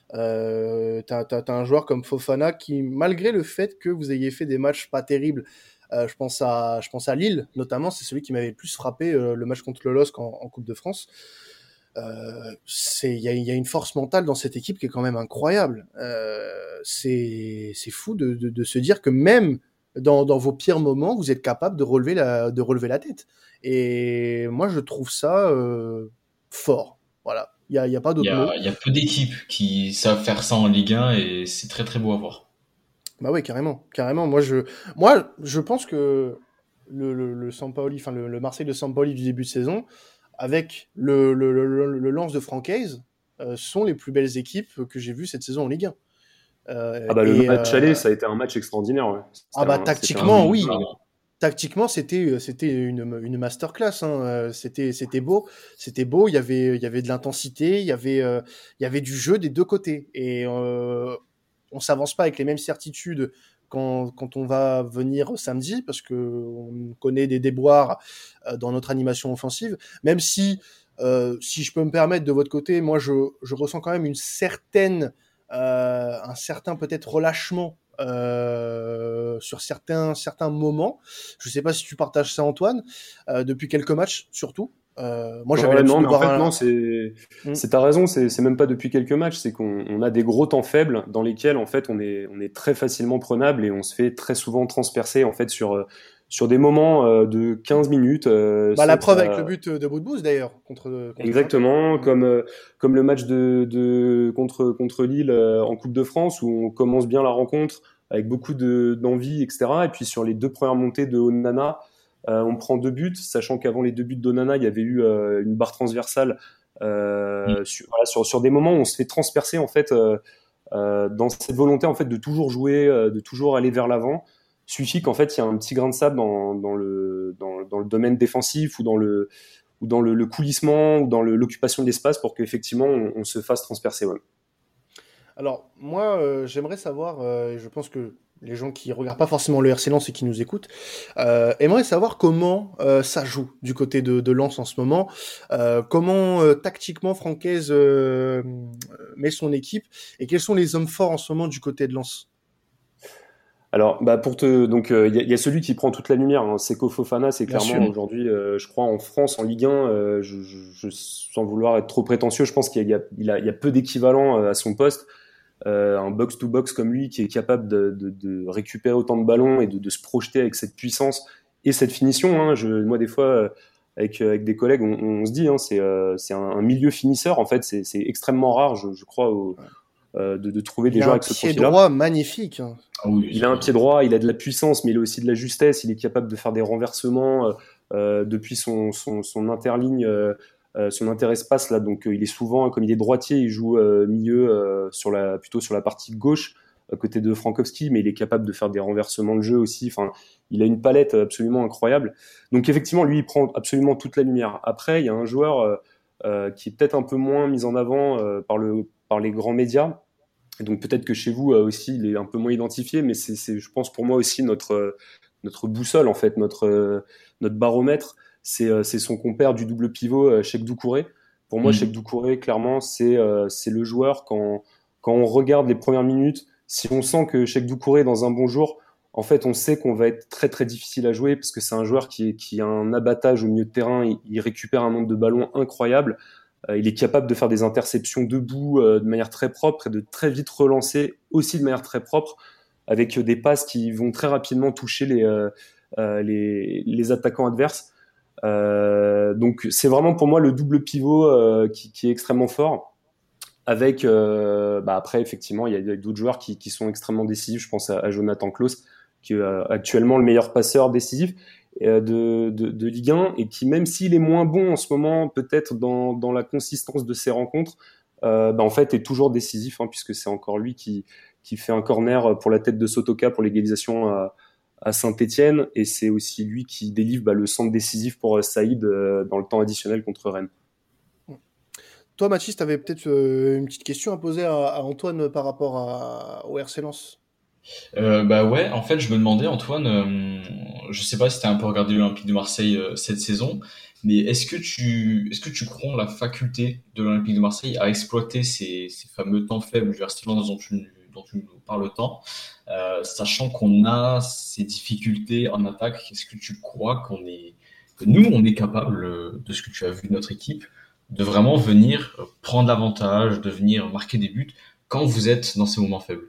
Euh, t'as, t'as, t'as un joueur comme Fofana qui, malgré le fait que vous ayez fait des matchs pas terribles, euh, je pense à, je pense à Lille, notamment, c'est celui qui m'avait le plus frappé, euh, le match contre le L O S C en, en Coupe de France. Euh, c'est, il y a, y a une force mentale dans cette équipe qui est quand même incroyable. Euh, c'est, c'est fou de, de, de se dire que même dans, dans vos pires moments, vous êtes capable de relever la, de relever la tête. Et moi, je trouve ça euh, fort. Voilà. Il y a, y a pas Il y d'autre a, mot. il y a peu d'équipes qui savent faire ça en Ligue un et c'est très très beau à voir. Bah ouais, carrément, carrément. Moi, je, moi, je pense que le, le, le Sampaoli, enfin le, le Marseille de Sampaoli du début de saison, avec le, le, le, le, le Lens de Francaise, euh, sont les plus belles équipes que j'ai vues cette saison en Ligue un. Euh, Ah bah le et match euh, aller, ça a été un match extraordinaire. Ouais. ah C'était bah un, c'était un Ah tactiquement, oui, oui. match. clairement. Tactiquement, c'était c'était une, une masterclass. Hein. Euh, C'était c'était beau, c'était beau. Il y avait il y avait de l'intensité, il y avait euh, il y avait du jeu des deux côtés. Et euh, on s'avance pas avec les mêmes certitudes quand quand on va venir samedi parce que on connaît des déboires euh, dans notre animation offensive. Même si euh, si je peux me permettre de votre côté, moi je je ressens quand même une certaine euh, un certain peut-être relâchement euh, sur certains certains moments. Je sais pas si tu partages ça, Antoine, euh, depuis quelques matchs surtout. Euh, moi, j'avais Ouais, l'habitude non, de mais en voir fait, non, un. c'est, Hmm. c'est ta raison, c'est, c'est même pas depuis quelques matchs, c'est qu'on on a des gros temps faibles dans lesquels, en fait, on est, on est très facilement prenable et on se fait très souvent transpercer, en fait, sur, euh, sur des moments euh, de quinze minutes, euh, Bah, la sans que preuve avec le ça. but de Boudbouz d'ailleurs contre contre Saint-Etienne. Exactement, Hmm. comme, euh, comme le match de, de, contre, contre Lille euh, en Coupe de France, où on commence bien la rencontre avec beaucoup de, d'envie, et cetera. Et puis sur les deux premières montées de Onana, euh, on prend deux buts, sachant qu'avant les deux buts d'Onana, il y avait eu euh, une barre transversale Mm. euh, sur, voilà, sur, sur des moments où on se fait transpercer en fait euh, euh, dans cette volonté en fait de toujours jouer, euh, de toujours aller vers l'avant. Suffit qu'en fait il y a un petit grain de sable dans, dans le dans, dans le domaine défensif ou dans le ou dans le, le coulissement ou dans le, l'occupation de l'espace pour qu'effectivement on, on se fasse transpercer. Ouais. Alors moi, euh, j'aimerais savoir. Euh, et je pense que les gens qui regardent pas forcément le R C Lens et qui nous écoutent euh, aimeraient savoir comment euh, ça joue du côté de, de Lens en ce moment. Euh, comment euh, tactiquement Francaise euh, met son équipe et quels sont les hommes forts en ce moment du côté de Lens. Alors, bah pour te, donc il euh, y, a, y a celui qui prend toute la lumière. Hein. Seko Fofana, c'est Bien sûr. clairement aujourd'hui, euh, je crois en France, en Ligue un, euh, je, je, je, sans vouloir être trop prétentieux, je pense qu'il y a, il a, il y a peu d'équivalents euh, à son poste. Euh, un box to box comme lui qui est capable de, de, de récupérer autant de ballons et de, de se projeter avec cette puissance et cette finition. Hein. Je, moi, des fois, euh, avec, avec des collègues, on, on se dit, hein, c'est, euh, c'est un, un milieu finisseur. En fait, c'est, c'est extrêmement rare, je, je crois, au, euh, de, de trouver des Il a joueurs un avec ce pied profil-là. droit magnifique. Hein. Ah oui, Il a un pied c'est- droit, il a de la puissance, mais il a aussi de la justesse. Il est capable de faire des renversements euh, euh, depuis son, son, son interligne, euh, euh, son interespace là. Donc euh, il est souvent, comme il est droitier, il joue euh, milieu euh, sur la, plutôt sur la partie gauche à côté de Frankowski, mais il est capable de faire des renversements de jeu aussi. Enfin, il a une palette absolument incroyable. Donc effectivement, lui, il prend absolument toute la lumière. Après, il y a un joueur euh, euh, qui est peut-être un peu moins mis en avant euh, par le par les grands médias. Et donc peut-être que chez vous euh, aussi, il est un peu moins identifié, mais c'est, c'est, je pense pour moi aussi notre euh, notre boussole en fait, notre euh, notre baromètre, c'est euh, c'est son compère du double pivot, euh, Cheikh Doucouré. Pour moi, Cheikh Mm. Doucouré, clairement, c'est euh, c'est le joueur quand quand on regarde les premières minutes, si on sent que Cheikh Doucouré est dans un bon jour, en fait, on sait qu'on va être très très difficile à jouer parce que c'est un joueur qui est, qui a un abattage au milieu de terrain, il, il récupère un nombre de ballons incroyable. Euh, il est capable de faire des interceptions debout euh, de manière très propre et de très vite relancer aussi de manière très propre avec des passes qui vont très rapidement toucher les, euh, euh, les, les attaquants adverses. Euh, donc c'est vraiment pour moi le double pivot euh, qui, qui est extrêmement fort. Avec euh, bah après effectivement il y a d'autres joueurs qui, qui sont extrêmement décisifs. Je pense à, à Jonathan Klaus qui est euh, actuellement le meilleur passeur décisif euh, de, de, de Ligue un et qui même s'il est moins bon en ce moment peut-être dans, dans la consistance de ses rencontres, euh, bah en fait est toujours décisif hein, puisque c'est encore lui qui, qui fait un corner pour la tête de Sotoka pour l'égalisation à, à Saint-Étienne et c'est aussi lui qui délivre bah, le centre décisif pour euh, Saïd euh, dans le temps additionnel contre Rennes. Toi, Mathis, tu avais peut-être euh, une petite question à poser à, à Antoine par rapport à, au R C Lens. Euh, bah ouais, en fait, je me demandais, Antoine, euh, je sais pas si tu as un peu regardé l'Olympique de Marseille euh, cette saison, mais est-ce que tu, est-ce que tu crois en la faculté de l'Olympique de Marseille à exploiter ces, ces fameux temps faibles du R C Lens dont tu, dont tu nous parles tant, euh, sachant qu'on a ces difficultés en attaque, est-ce que tu crois qu'on est, que nous, on est capable, euh, de ce que tu as vu de notre équipe, de vraiment venir euh, prendre l'avantage, de venir marquer des buts quand vous êtes dans ces moments faibles?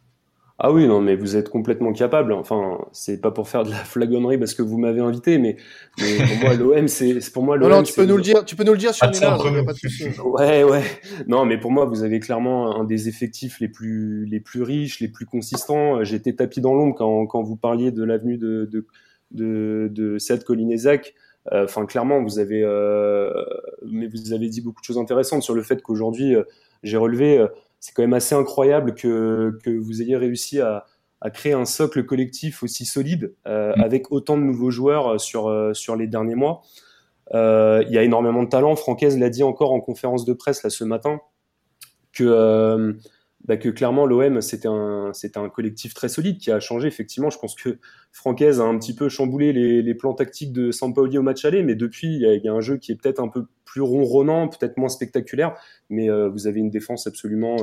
Ah oui, non, mais vous êtes complètement capable. Enfin, c'est pas pour faire de la flagonnerie parce que vous m'avez invité, mais, mais pour moi, l'O M, c'est, c'est- pour moi, Non, non, l'O M, tu c'est peux nous vous. le dire, tu peux nous le dire si Pas on de est ça là, entre il n'y a nous. pas de souci. Ouais, ouais. Non, mais pour moi, vous avez clairement un des effectifs les plus, les plus riches, les plus consistants. J'étais tapis dans l'ombre quand, quand vous parliez de l'avenue de, de, de, de Sead Collinezac. Euh, Enfin, clairement, vous avez, euh, mais vous avez dit beaucoup de choses intéressantes sur le fait qu'aujourd'hui, euh, j'ai relevé, euh, c'est quand même assez incroyable que, que vous ayez réussi à, à créer un socle collectif aussi solide, euh, avec autant de nouveaux joueurs sur, euh, sur les derniers mois. Euh, il y a énormément de talent. Francaise l'a dit encore en conférence de presse là ce matin que euh, bah, que clairement l'O M c'était un c'était un collectif très solide qui a changé effectivement. Je pense que Francaise a un petit peu chamboulé les, les plans tactiques de Sampaoli au match aller, mais depuis il y a, il y a un jeu qui est peut-être un peu plus ronronnant, peut-être moins spectaculaire, mais euh, vous avez une défense absolument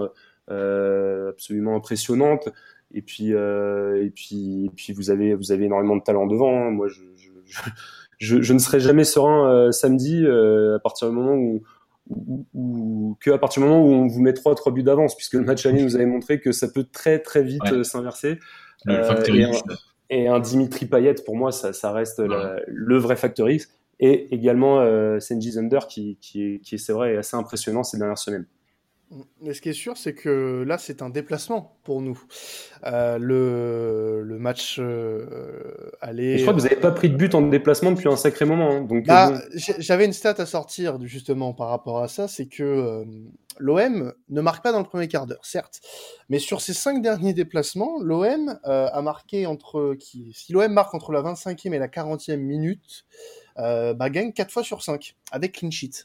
euh, absolument impressionnante. Et puis, euh, et puis, et puis vous avez, vous avez énormément de talent devant. Hein. Moi, je, je, je, je, je ne serai jamais serein euh, samedi euh, à partir du moment où, où, où que à partir du moment où on vous met trois trois buts d'avance, puisque le match aller nous avait montré que ça peut très très vite euh, Ouais, s'inverser. le Euh, facteur et, un, X. et un Dimitri Payet, pour moi, ça, ça reste Voilà. la, le vrai facteur X. Et également euh, Senji Zander, qui, qui, est, qui est, c'est vrai, est assez impressionnant ces dernières semaines. Mais ce qui est sûr, c'est que là, c'est un déplacement pour nous. Euh, le, le match euh, Et je aller. crois que vous Euh, n'avez pas pris de but en déplacement depuis un sacré moment. Hein. Donc, euh, bah, bon. j'avais une stat à sortir justement par rapport à ça, c'est que euh, l'O M ne marque pas dans le premier quart d'heure, certes, mais sur ces cinq derniers déplacements, l'O M euh, a marqué entre qui, si l'O M marque entre la vingt-cinquième et la quarantième minute, euh, bah, gagne quatre fois sur cinq avec clean sheet.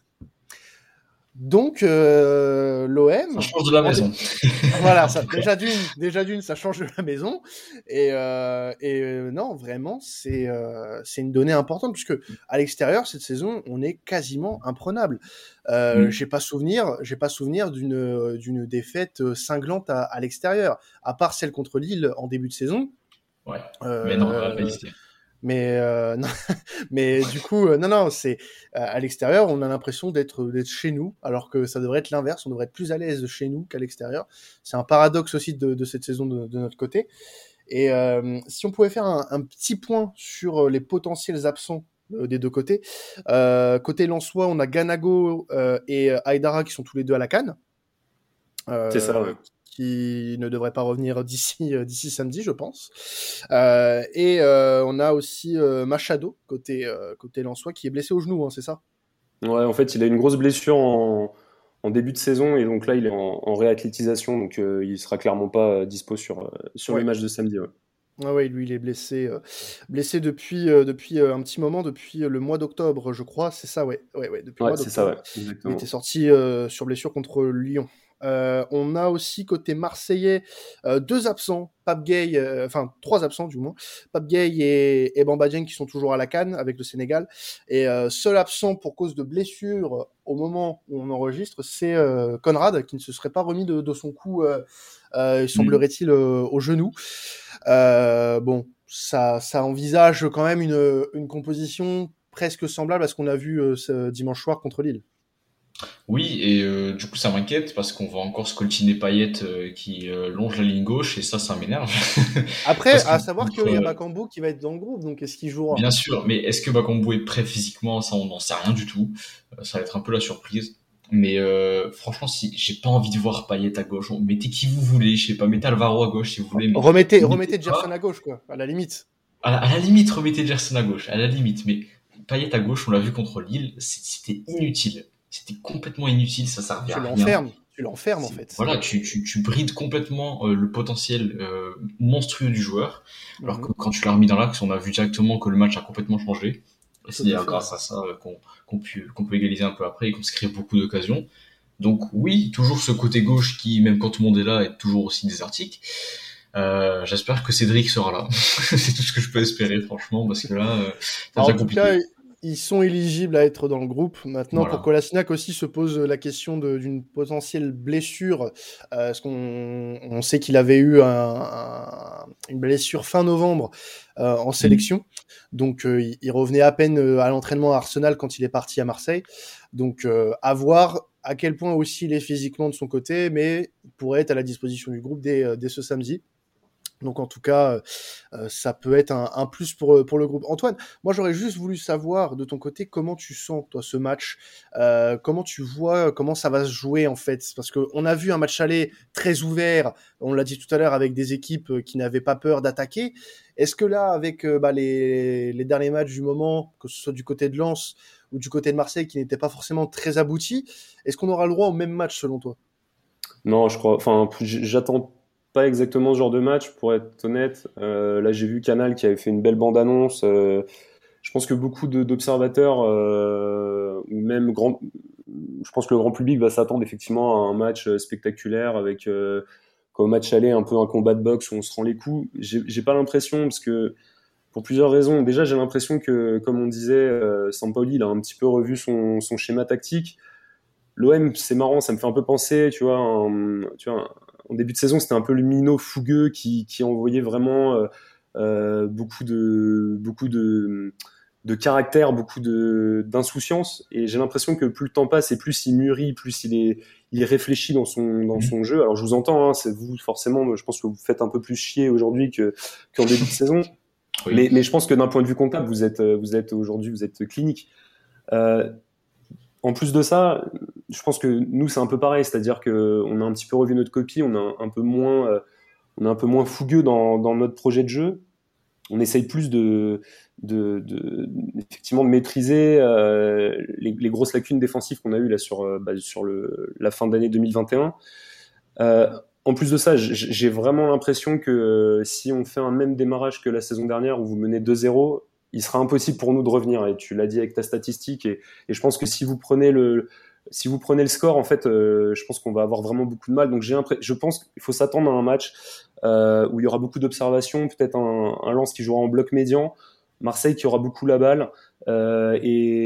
Donc euh, l'O M, Ça change de la maison. voilà, En ça, tout cas. déjà d'une, déjà d'une, ça change de la maison. Et, euh, et euh, non, vraiment, c'est euh, c'est une donnée importante puisque à l'extérieur cette saison, on est quasiment imprenable. Euh, Mm. j'ai pas souvenir, j'ai pas souvenir d'une d'une défaite cinglante à, à l'extérieur, à part celle contre Lille en début de saison. Ouais. Mais non, on va pas Euh, lister. mais euh, non, mais du coup, euh, non, non, c'est euh, à l'extérieur, on a l'impression d'être d'être chez nous, alors que ça devrait être l'inverse. On devrait être plus à l'aise chez nous qu'à l'extérieur. C'est un paradoxe aussi de, de cette saison de, de notre côté. Et euh, si on pouvait faire un, un petit point sur les potentiels absents euh, des deux côtés, euh, côté lensois, on a Ganago euh, et Aïdara qui sont tous les deux à la canne. C'est ça, Euh, ouais. qui ne devrait pas revenir d'ici euh, d'ici samedi, je pense. Euh, et euh, on a aussi euh, Machado côté euh, côté lensois qui est blessé au genou, hein, c'est ça? Ouais, en fait, il a une grosse blessure en, en début de saison, et donc là, il est en, en réathlétisation, donc euh, il sera clairement pas euh, dispo sur, euh, sur Ouais. les matchs de samedi. Ouais. Ah ouais, lui, il est blessé, euh, blessé depuis, euh, depuis euh, un petit moment, depuis euh, le mois d'octobre, je crois. C'est ça, ouais. Ouais, ouais, depuis le Ouais, mois c'est ça, ouais, d'octobre. Il exactement. était sorti euh, sur blessure contre Lyon. Euh, on a aussi côté marseillais euh, deux absents, Pape Gueye, euh, enfin trois absents du moins, Pape Gueye et, et Bamba Dieng qui sont toujours à la CAN avec le Sénégal. Et euh, seul absent pour cause de blessure au moment où on enregistre, c'est euh, Conrad qui ne se serait pas remis de, de son coup, euh, euh, semblerait-il, euh, au genou. Euh, bon, ça, ça envisage quand même une, une composition presque semblable à ce qu'on a vu euh, ce dimanche soir contre Lille. Oui, et euh, du coup ça m'inquiète parce qu'on voit encore Scoltine Payet euh, qui euh, longe la ligne gauche et ça, ça m'énerve. Après, Parce que à savoir qu'il contre, y a euh, Bakambu qui va être dans le groupe, donc est-ce qu'il jouera? bien sûr, mais est-ce que Bakambu est prêt physiquement? Ça, on n'en sait rien du tout. Euh, ça va être un peu la surprise. Mais euh, franchement, si j'ai pas envie de voir Payet à gauche, on- mettez qui vous voulez, je sais pas, mettez Alvaro à gauche si vous voulez, mais Remettez, mettez remettez pas. Gerson à gauche, quoi, à la limite. À la, à la limite, remettez Gerson à gauche, à la limite, mais Payet à gauche, on l'a vu contre Lille, c'est- c'était inutile. C'était complètement inutile, ça servait Tu à rien. l'enfermes, tu l'enfermes en C'est- fait. Voilà, tu, tu, tu brides complètement euh, le potentiel euh, monstrueux du joueur, alors que Mhm. quand tu l'as remis dans l'axe, on a vu directement que le match a complètement changé. Et c'est Tout à d'ailleurs fait. Ouais. grâce à ça euh, qu'on qu'on peut, qu'on peut égaliser un peu après et qu'on se crée beaucoup d'occasions. Donc oui, toujours ce côté gauche qui, même quand tout le monde est là, est toujours aussi désertique. Euh, J'espère que Cédric sera là. C'est tout ce que je peux espérer, franchement, parce que là, euh, ça Alors, en devient tout cas, compliqué. ils sont éligibles à être dans le groupe. Maintenant, pour Voilà. Kolasinac aussi se pose la question de- d'une potentielle blessure, euh, parce qu'on on sait qu'il avait eu un- un- une blessure fin novembre euh, en Mm. sélection. Donc, euh, il, il revenait à peine euh, à l'entraînement à Arsenal quand il est parti à Marseille. Donc, euh, à voir à quel point aussi il est physiquement de son côté, mais il pourrait être à la disposition du groupe dès, euh, dès ce samedi. Donc en tout cas, euh, ça peut être un, un plus pour, pour le groupe. Antoine, moi j'aurais juste voulu savoir de ton côté comment tu sens toi ce match, euh, comment tu vois comment ça va se jouer en fait, parce que on a vu un match aller très ouvert, on l'a dit tout à l'heure avec des équipes qui n'avaient pas peur d'attaquer. Est-ce que là avec euh, bah, les, les derniers matchs du moment, que ce soit du côté de Lens ou du côté de Marseille qui n'étaient pas forcément très aboutis, est-ce qu'on aura le droit au même match selon toi? Non, je crois. Enfin, j- j'attends pas exactement ce genre de match, pour être honnête. Euh, là, j'ai vu Canal qui avait fait une belle bande-annonce. Euh, je pense que beaucoup de- d'observateurs, euh, ou même grand, je pense que le grand public va s'attendre effectivement à un match euh, spectaculaire avec, euh, comme match aller, un peu un combat de boxe où on se rend les coups. J'ai j'ai pas l'impression, parce que pour plusieurs raisons. Déjà, j'ai l'impression que, comme on disait, euh, Sampaoli, il a un petit peu revu son, son schéma tactique. L'O M, c'est marrant, ça me fait un peu penser, tu vois, un- tu vois, en début de saison, c'était un peu le minot fougueux qui, qui envoyait vraiment euh, euh, beaucoup de, beaucoup de, de caractère, beaucoup de, d'insouciance. Et j'ai l'impression que plus le temps passe et plus il mûrit, plus il est, il réfléchit dans son, dans Mm. son jeu. Alors je vous entends, hein, c'est vous forcément, je pense que vous faites un peu plus chier aujourd'hui que, qu'en début de saison. Oui. Mais, mais je pense que d'un point de vue comptable, vous êtes, vous êtes aujourd'hui, vous êtes clinique. Euh, En plus de ça, je pense que nous c'est un peu pareil, c'est-à-dire que on a un petit peu revu notre copie, on a un peu moins, euh, on est un peu moins fougueux dans, dans notre projet de jeu. On essaye plus de, de, de effectivement de maîtriser euh, les, les grosses lacunes défensives qu'on a eues là sur, euh, bah, sur le, la fin d'année deux mille vingt et un. Euh, en plus de ça, j- j'ai vraiment l'impression que euh, si on fait un même démarrage que la saison dernière où vous menez deux zéro, il sera impossible pour nous de revenir. Et tu l'as dit avec ta statistique. Et, et je pense que si vous prenez le, si vous prenez le score, en fait, euh, je pense qu'on va avoir vraiment beaucoup de mal. Donc j'ai impré- je pense qu'il faut s'attendre à un match euh, où il y aura beaucoup d'observations, peut-être un, un Lens qui jouera en bloc médian, Marseille qui aura beaucoup la balle. Euh,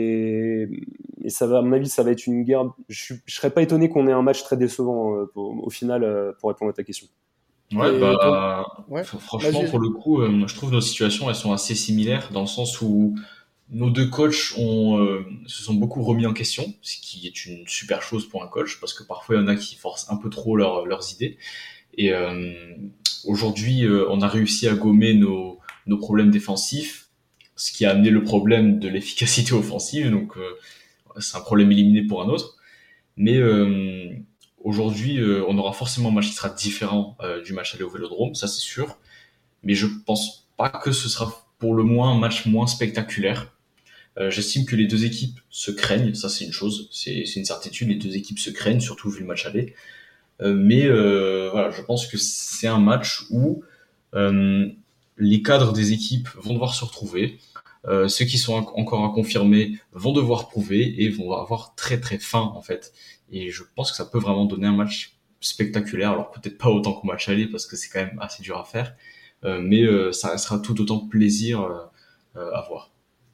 et, et ça va, à mon avis, ça va être une guerre. Je, je serais pas étonné qu'on ait un match très décevant euh, pour- au final, euh, pour répondre à ta question. Ouais, Et ton... bah, Ouais, f- vas-y, franchement, pour vas-y. le coup, euh, je trouve nos situations, elles sont assez similaires dans le sens où nos deux coachs ont, euh, se sont beaucoup remis en question, ce qui est une super chose pour un coach, parce que parfois il y en a qui forcent un peu trop leur- leurs idées. Et euh, aujourd'hui, euh, on a réussi à gommer nos, nos problèmes défensifs, ce qui a amené le problème de l'efficacité offensive. Donc, euh, c'est un problème éliminé pour un autre. Mais euh, aujourd'hui, euh, on aura forcément un match qui sera différent euh, du match aller au Vélodrome, ça c'est sûr. Mais je pense pas que ce sera pour le moins un match moins spectaculaire. Euh, j'estime que les deux équipes se craignent, ça c'est une chose, c'est, c'est une certitude, les deux équipes se craignent, surtout vu le match aller. Euh, mais euh, voilà, je pense que c'est un match où euh, les cadres des équipes vont devoir se retrouver. Euh, ceux qui sont encore à confirmer vont devoir prouver et vont avoir très très faim en fait. Et je pense que ça peut vraiment donner un match spectaculaire. Alors peut-être pas autant qu'au match aller parce que c'est quand même assez dur à faire, euh, mais euh, ça restera tout autant plaisir euh, euh, à voir.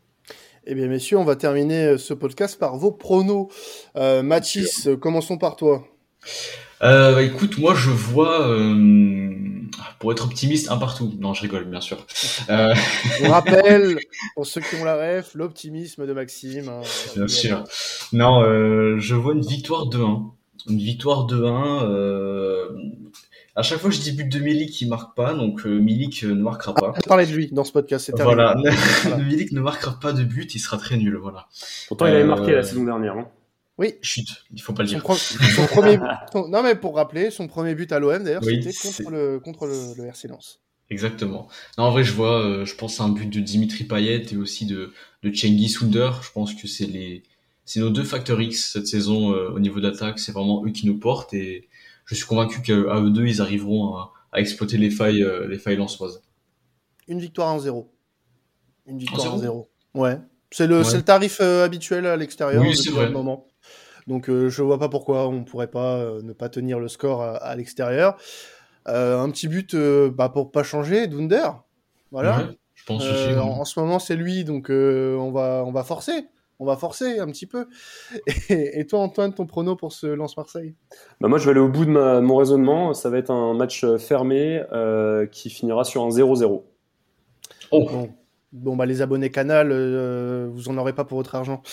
Eh bien, messieurs, on va terminer ce podcast par vos pronos. Euh, Mathis, commençons par toi. Euh, bah, écoute, moi je vois, euh, pour être optimiste, un partout. Non, je rigole, bien sûr. Euh... On rappelle, pour ceux qui ont la ref, l'optimisme de Maxime. Hein, bien sûr. Non, euh, je vois une victoire deux un. Une victoire deux un. Euh... À chaque fois, je dis but de Milik qui marque pas, donc euh, Milik ne marquera pas. On a parlé de lui dans ce podcast, c'est terminé. Voilà, voilà. Milik ne marquera pas de but, il sera très nul, voilà. Pourtant, il avait marqué euh... la saison dernière. Hein. Oui. Chut, il faut pas le son dire. Pro- son premier... son... Non, mais pour rappeler, son premier but à l'O M, d'ailleurs, oui, c'était contre, c'est... le, contre le, le R C Lens. Exactement. Non, en vrai, je vois, euh, je pense à un but de Dimitri Payet et aussi de, de Cengiz Under. Je pense que c'est les, c'est nos deux facteurs X cette saison euh, au niveau d'attaque. C'est vraiment eux qui nous portent et je suis convaincu qu'à eux deux, ils arriveront à, à exploiter les failles, euh, les failles lensoises. Une victoire un zéro. Une victoire un zéro. Ouais. C'est le, ouais. c'est le tarif euh, habituel à l'extérieur oui, depuis c'est vrai. le moment. Donc euh, je vois pas pourquoi on pourrait pas euh, ne pas tenir le score à, à l'extérieur. Euh, un petit but euh, bah, pour pas changer, Dunder. Voilà. Ouais, je pense euh, aussi. Ouais. En, en ce moment c'est lui, donc euh, on va on va forcer, on va forcer un petit peu. Et, et toi Antoine, ton prono pour ce Lens-Marseille? Bah moi je vais aller au bout de ma, mon raisonnement. Ça va être un match fermé euh, qui finira sur un zéro zéro. Oh. Bon. Bon, bah, les abonnés Canal, euh, vous en aurez pas pour votre argent.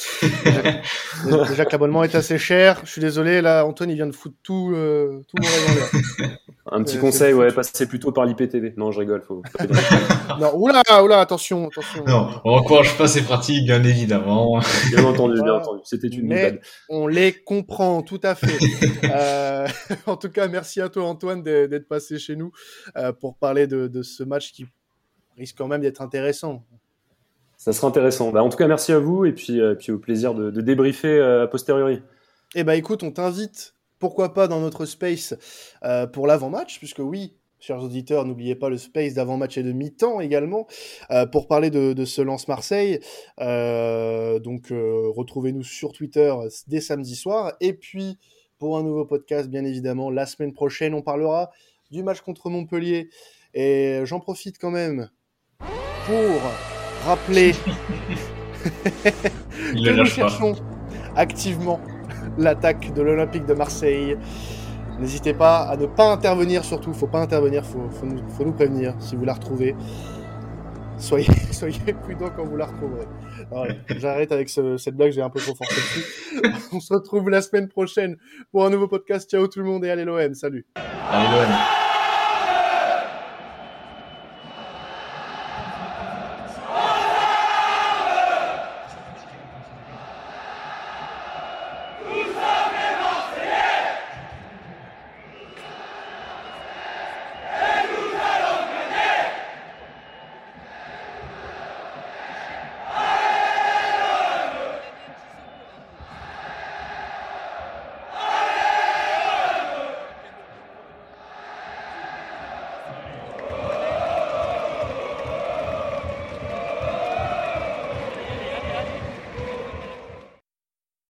Déjà, déjà que l'abonnement est assez cher. Je suis désolé, là, Antoine, il vient de foutre tout, euh, tout mon rêve en l'air. Un petit euh, conseil, ouais, passez plutôt par l'I P T V. Non, je rigole, faut. non, oula, oula, attention, attention. Non, on encourage pas ces pratiques, bien évidemment. Bien entendu, bien entendu. C'était une Mais boutade. On les comprend, tout à fait. euh, en tout cas, merci à toi, Antoine, d'être passé chez nous euh, pour parler de, de ce match qui risque quand même d'être intéressant. Ça sera intéressant. Bah, en tout cas, merci à vous et puis, euh, puis au plaisir de, de débriefer euh, a posteriori. Eh ben, écoute, on t'invite, pourquoi pas, dans notre space euh, pour l'avant-match, puisque oui, chers auditeurs, n'oubliez pas le space d'avant-match et de mi-temps également, euh, pour parler de, de ce Lens-Marseille. Euh, donc, euh, retrouvez-nous sur Twitter dès samedi soir. Et puis, pour un nouveau podcast, bien évidemment, la semaine prochaine, on parlera du match contre Montpellier. Et j'en profite quand même pour rappeler que nous cherchons activement l'attaque de l'Olympique de Marseille. N'hésitez pas à ne pas intervenir, surtout, faut pas intervenir, faut, faut, nous, faut nous prévenir si vous la retrouvez. Soyez, soyez prudents quand vous la retrouverez. Ouais, j'arrête avec ce, cette blague, j'ai un peu trop forcé dessus. On se retrouve la semaine prochaine pour un nouveau podcast. Ciao tout le monde et allez l'O M, salut. Allez l'O M.